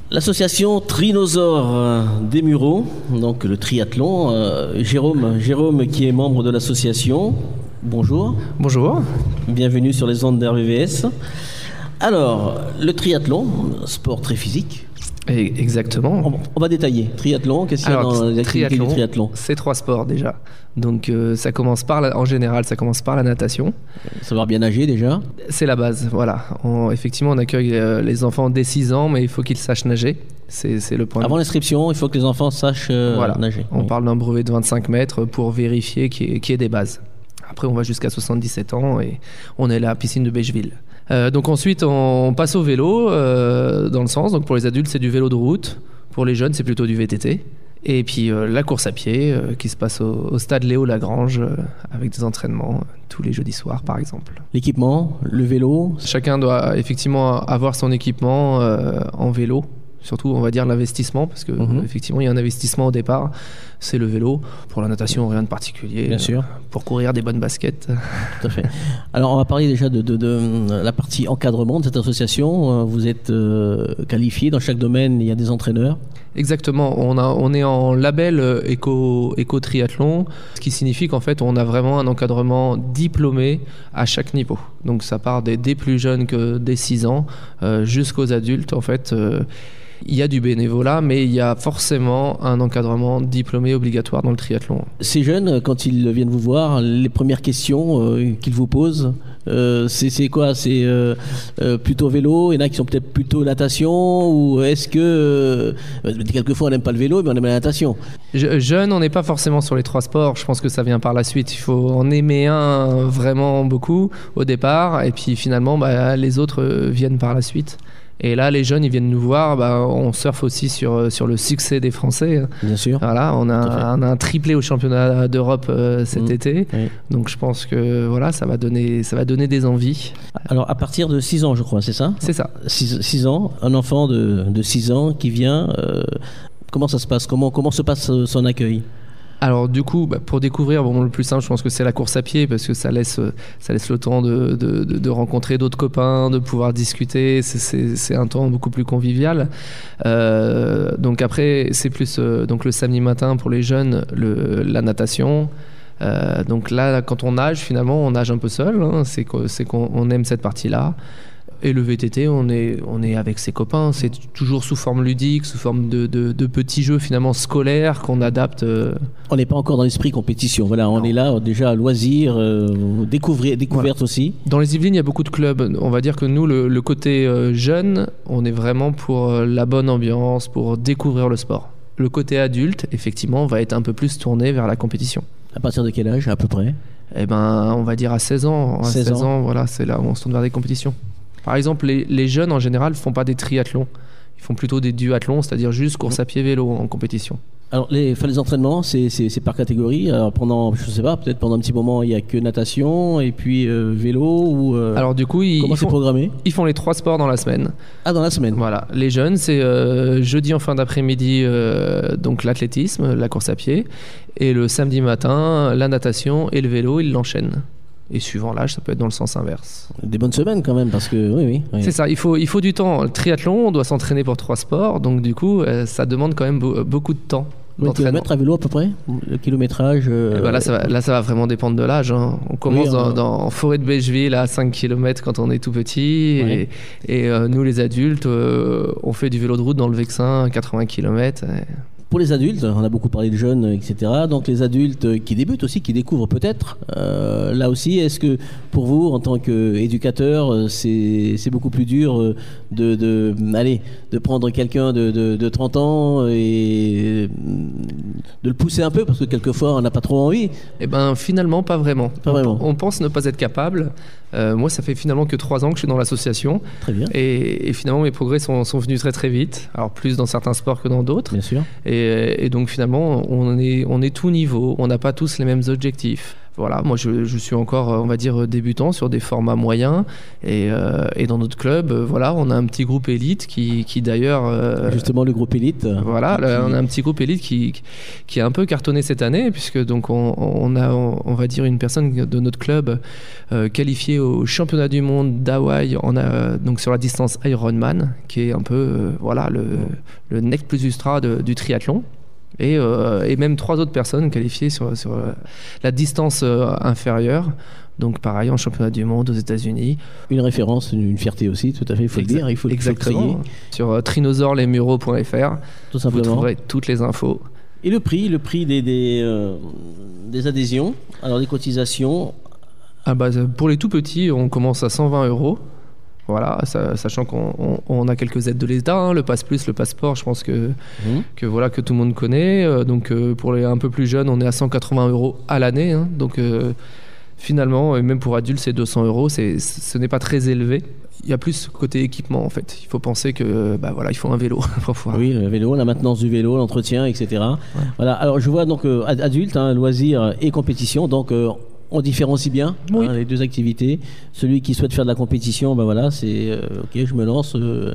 L'association Trinosaure des Mureaux, donc le triathlon, Jérôme qui est membre de l'association, bonjour. Bonjour. Bienvenue sur les ondes d'RVVS. Alors, le triathlon, sport très physique. Exactement. On va détailler. Triathlon, qu'est-ce qu'il y a dans l'activité du triathlon ? C'est 3 sports déjà. Donc ça commence en général, ça commence par la natation. Savoir bien nager déjà. C'est la base, voilà. Effectivement, on accueille les enfants dès 6 ans, mais il faut qu'ils sachent nager. C'est le point. Avant l'inscription, il faut que les enfants sachent nager. On parle d'un brevet de 25 mètres pour vérifier qu'il y ait des bases. Après, on va jusqu'à 77 ans et on est à la piscine de Becheville. Donc ensuite, on passe au vélo dans le sens. Donc pour les adultes, c'est du vélo de route. Pour les jeunes, c'est plutôt du VTT. Et puis la course à pied qui se passe au stade Léo Lagrange avec des entraînements tous les jeudis soirs, par exemple. L'équipement, le vélo. Chacun doit effectivement avoir son équipement en vélo. Surtout, on va dire l'investissement, parce que effectivement, il y a un investissement au départ. C'est le vélo. Pour la natation, rien de particulier. Bien sûr. Pour courir, des bonnes baskets. Tout à fait. Alors, on va parler déjà de la partie encadrement de cette association. Vous êtes qualifié dans chaque domaine. Il y a des entraîneurs. Exactement. On est en label éco-triathlon, ce qui signifie qu'en fait, on a vraiment un encadrement diplômé à chaque niveau. Donc, ça part des plus jeunes que des 6 ans jusqu'aux adultes, en fait. Il y a du bénévolat, mais il y a forcément un encadrement diplômé obligatoire dans le triathlon. Ces jeunes, quand ils viennent vous voir, les premières questions qu'ils vous posent, c'est quoi ? C'est plutôt vélo ? Il y en a qui sont peut-être plutôt natation ? Ou est-ce que... quelquefois, on n'aime pas le vélo, mais on aime la natation. Jeune, on n'est pas forcément sur les 3 sports. Je pense que ça vient par la suite. Il faut en aimer un vraiment beaucoup au départ. Et puis finalement, les autres viennent par la suite. Et là, les jeunes, ils viennent nous voir. On surfe aussi sur le succès des Français. Bien sûr. Voilà, on a un triplé au championnat d'Europe cet été. Oui. Donc, je pense que voilà, ça va donner des envies. Alors, à partir de 6 ans, je crois, c'est ça ? C'est ça. 6 ans, un enfant de 6 ans qui vient. Comment ça se passe ? Comment se passe son accueil ? Alors du coup, pour découvrir, le plus simple, je pense que c'est la course à pied parce que ça laisse le temps de rencontrer d'autres copains, de pouvoir discuter. C'est un temps beaucoup plus convivial. Donc après, c'est plus donc le samedi matin pour les jeunes, la natation. Donc là, quand on nage, finalement, on nage un peu seul. Hein, c'est qu'on aime cette partie-là. Et le VTT, on est avec ses copains. C'est toujours sous forme ludique, sous forme de petits jeux finalement scolaires qu'on adapte. On n'est pas encore dans l'esprit compétition. Voilà, on est là déjà à loisir, découverte voilà. Aussi. Dans les Yvelines, il y a beaucoup de clubs. On va dire que nous, le côté jeune, on est vraiment pour la bonne ambiance, pour découvrir le sport. Le côté adulte, effectivement, va être un peu plus tourné vers la compétition. À partir de quel âge, à peu près ? On va dire à 16 ans. À 16 ans, voilà, c'est là où on se tourne vers des compétitions. Par exemple, les jeunes, en général, ne font pas des triathlons. Ils font plutôt des duathlons, c'est-à-dire juste course à pied vélo en compétition. Alors, les entraînements, c'est par catégorie. Alors, je sais pas, peut-être pendant un petit moment, il n'y a que natation et puis vélo ou... Alors, du coup, comment c'est programmé ? Ils font les 3 sports dans la semaine. Ah, dans la semaine. Voilà. Les jeunes, c'est jeudi en fin d'après-midi, donc l'athlétisme, la course à pied. Et le samedi matin, la natation et le vélo, ils l'enchaînent. Et suivant l'âge, ça peut être dans le sens inverse. Des bonnes semaines quand même, parce que oui. C'est ça, il faut du temps. Le triathlon, on doit s'entraîner pour 3 sports, donc du coup, ça demande quand même beaucoup de temps. Le kilomètre à vélo à peu près ? Le kilométrage là, ça va vraiment dépendre de l'âge. Hein. On commence en forêt de Becheville à 5 km quand on est tout petit. Oui. Et nous, les adultes, on fait du vélo de route dans le Vexin à 80 km. Pour les adultes, on a beaucoup parlé de jeunes, etc. Donc les adultes qui débutent aussi, qui découvrent peut-être, là aussi, est-ce que pour vous, en tant qu'éducateur, c'est beaucoup plus dur de prendre quelqu'un de 30 ans et de le pousser un peu, parce que quelquefois, on n'a pas trop envie ? Finalement, pas vraiment. Pas vraiment. On pense ne pas être capable. Moi, ça fait finalement que 3 ans que je suis dans l'association. Très bien. Et finalement, mes progrès sont venus très très vite. Alors plus dans certains sports que dans d'autres. Bien sûr. Et donc finalement, on est tout niveau. On n'a pas tous les mêmes objectifs. Voilà, moi je suis encore, on va dire, débutant sur des formats moyens et dans notre club, voilà, on a un petit groupe élite qui d'ailleurs... Justement, le groupe élite. Voilà, on a un petit groupe élite qui a un peu cartonné cette année, puisque donc on a, on va dire, une personne de notre club qualifiée au championnat du monde d'Hawaï donc sur la distance Ironman, qui est un peu voilà, le nec plus ultra du triathlon. Et même 3 autres personnes qualifiées sur la distance inférieure. Donc pareil, en championnat du monde aux États-Unis. Une référence, une fierté aussi, tout à fait, il faut le dire, il faut le crier. Sur trinosaurlemureaux.fr, tout simplement. Vous trouverez toutes les infos. Et le prix des adhésions, alors des cotisations. Pour les tout petits, on commence à 120 €. Voilà, sachant qu'on a quelques aides de l'État, hein, le Pass Plus, le Passeport, je pense que tout le monde connaît. Donc pour les un peu plus jeunes, on est à 180 € à l'année. Hein, donc finalement, même pour adultes, c'est 200 €. Ce n'est pas très élevé. Il y a plus côté équipement en fait. Il faut penser que il faut un vélo pour pouvoir. Oui, le vélo, la maintenance du vélo, l'entretien, etc. Ouais. Voilà. Alors je vois donc adulte, hein, loisirs et compétition. Donc on différencie bien les deux activités. Celui qui souhaite faire de la compétition, c'est ok, je me lance,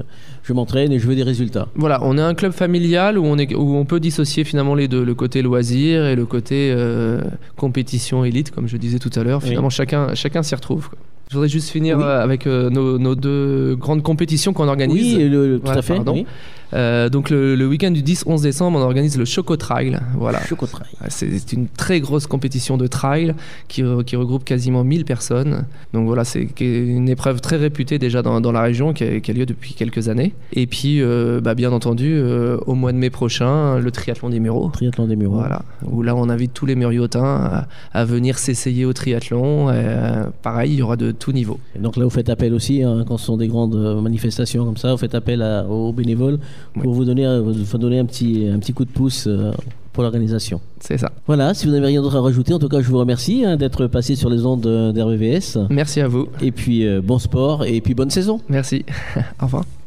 je m'entraîne et je veux des résultats. Voilà, on est un club familial où on peut dissocier finalement les deux, le côté loisir et le côté compétition élite, comme je disais tout à l'heure. Finalement, chacun s'y retrouve, quoi. Je voudrais juste finir avec nos 2 grandes compétitions qu'on organise. Oui, tout à fait. Oui. Donc le week-end du 10-11 décembre, on organise le Choco Trail. Voilà. Choco Trail. C'est une très grosse compétition de trail qui regroupe quasiment 1000 personnes. Donc voilà, c'est une épreuve très réputée déjà dans la région qui a lieu depuis quelques années. Et puis, bien entendu, au mois de mai prochain, le triathlon des Mureaux. Triathlon des Mureaux. Voilà. Où là, on invite tous les muriotins à venir s'essayer au triathlon. Pareil, il y aura de tout niveau. Et donc là, vous faites appel aussi, hein, quand ce sont des grandes manifestations comme ça, vous faites appel aux bénévoles pour vous donner un petit coup de pouce pour l'organisation. C'est ça. Voilà, si vous n'avez rien d'autre à rajouter, en tout cas, je vous remercie d'être passé sur les ondes d'RVVS. Merci à vous. Et puis, bon sport et puis bonne saison. Merci. Au revoir.